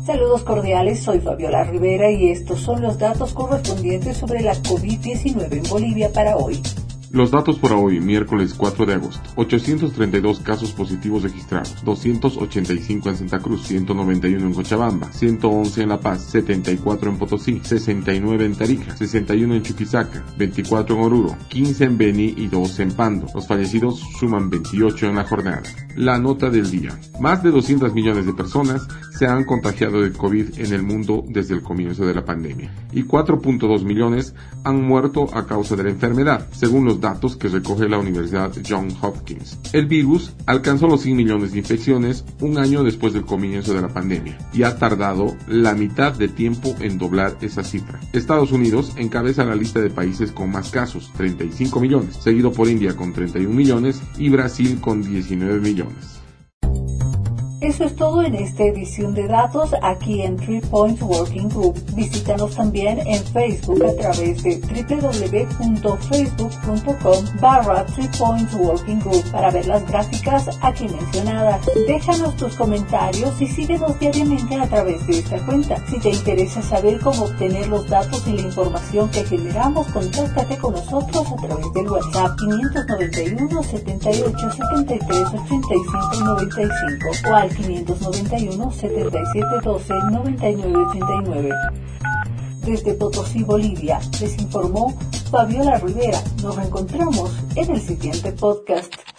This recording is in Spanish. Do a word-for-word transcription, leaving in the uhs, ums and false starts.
Saludos cordiales, soy Fabiola Rivera y estos son los datos correspondientes sobre la COVID diecinueve en Bolivia para hoy. Los datos para hoy, miércoles cuatro de agosto. ochocientos treinta y dos casos positivos registrados, doscientos ochenta y cinco en Santa Cruz, ciento noventa y uno en Cochabamba, ciento once en La Paz, setenta y cuatro en Potosí, sesenta y nueve en Tarija, sesenta y uno en Chuquisaca, veinticuatro en Oruro, quince en Beni y dos en Pando. Los fallecidos suman veintiocho en la jornada. La nota del día. Más de doscientos millones de personas se han contagiado de COVID en el mundo desde el comienzo de la pandemia y cuatro punto dos millones han muerto a causa de la enfermedad, según los datos que recoge la Universidad Johns Hopkins. El virus alcanzó los cien millones de infecciones un año después del comienzo de la pandemia y ha tardado la mitad de tiempo en doblar esa cifra. Estados Unidos encabeza la lista de países con más casos, treinta y cinco millones, seguido por India con treinta y un millones y Brasil con diecinueve millones. Eso es todo en esta edición de datos aquí en Three Points Working Group. Visítanos también en Facebook a través de w w w punto facebook punto com barra Three Points Working Group para ver las gráficas aquí mencionadas. Déjanos tus comentarios y síguenos diariamente a través de esta cuenta. Si te interesa saber cómo obtener los datos y la información que generamos, contáctate con nosotros a través del WhatsApp quinientos noventa y uno, setenta y ocho, setenta y tres, ochenta y cinco, noventa y cinco o al quinientos noventa y uno, setenta y siete, doce, noventa y nueve, ochenta y nueve. Desde Potosí, Bolivia, les informó Fabiola Rivera. Nos reencontramos en el siguiente podcast.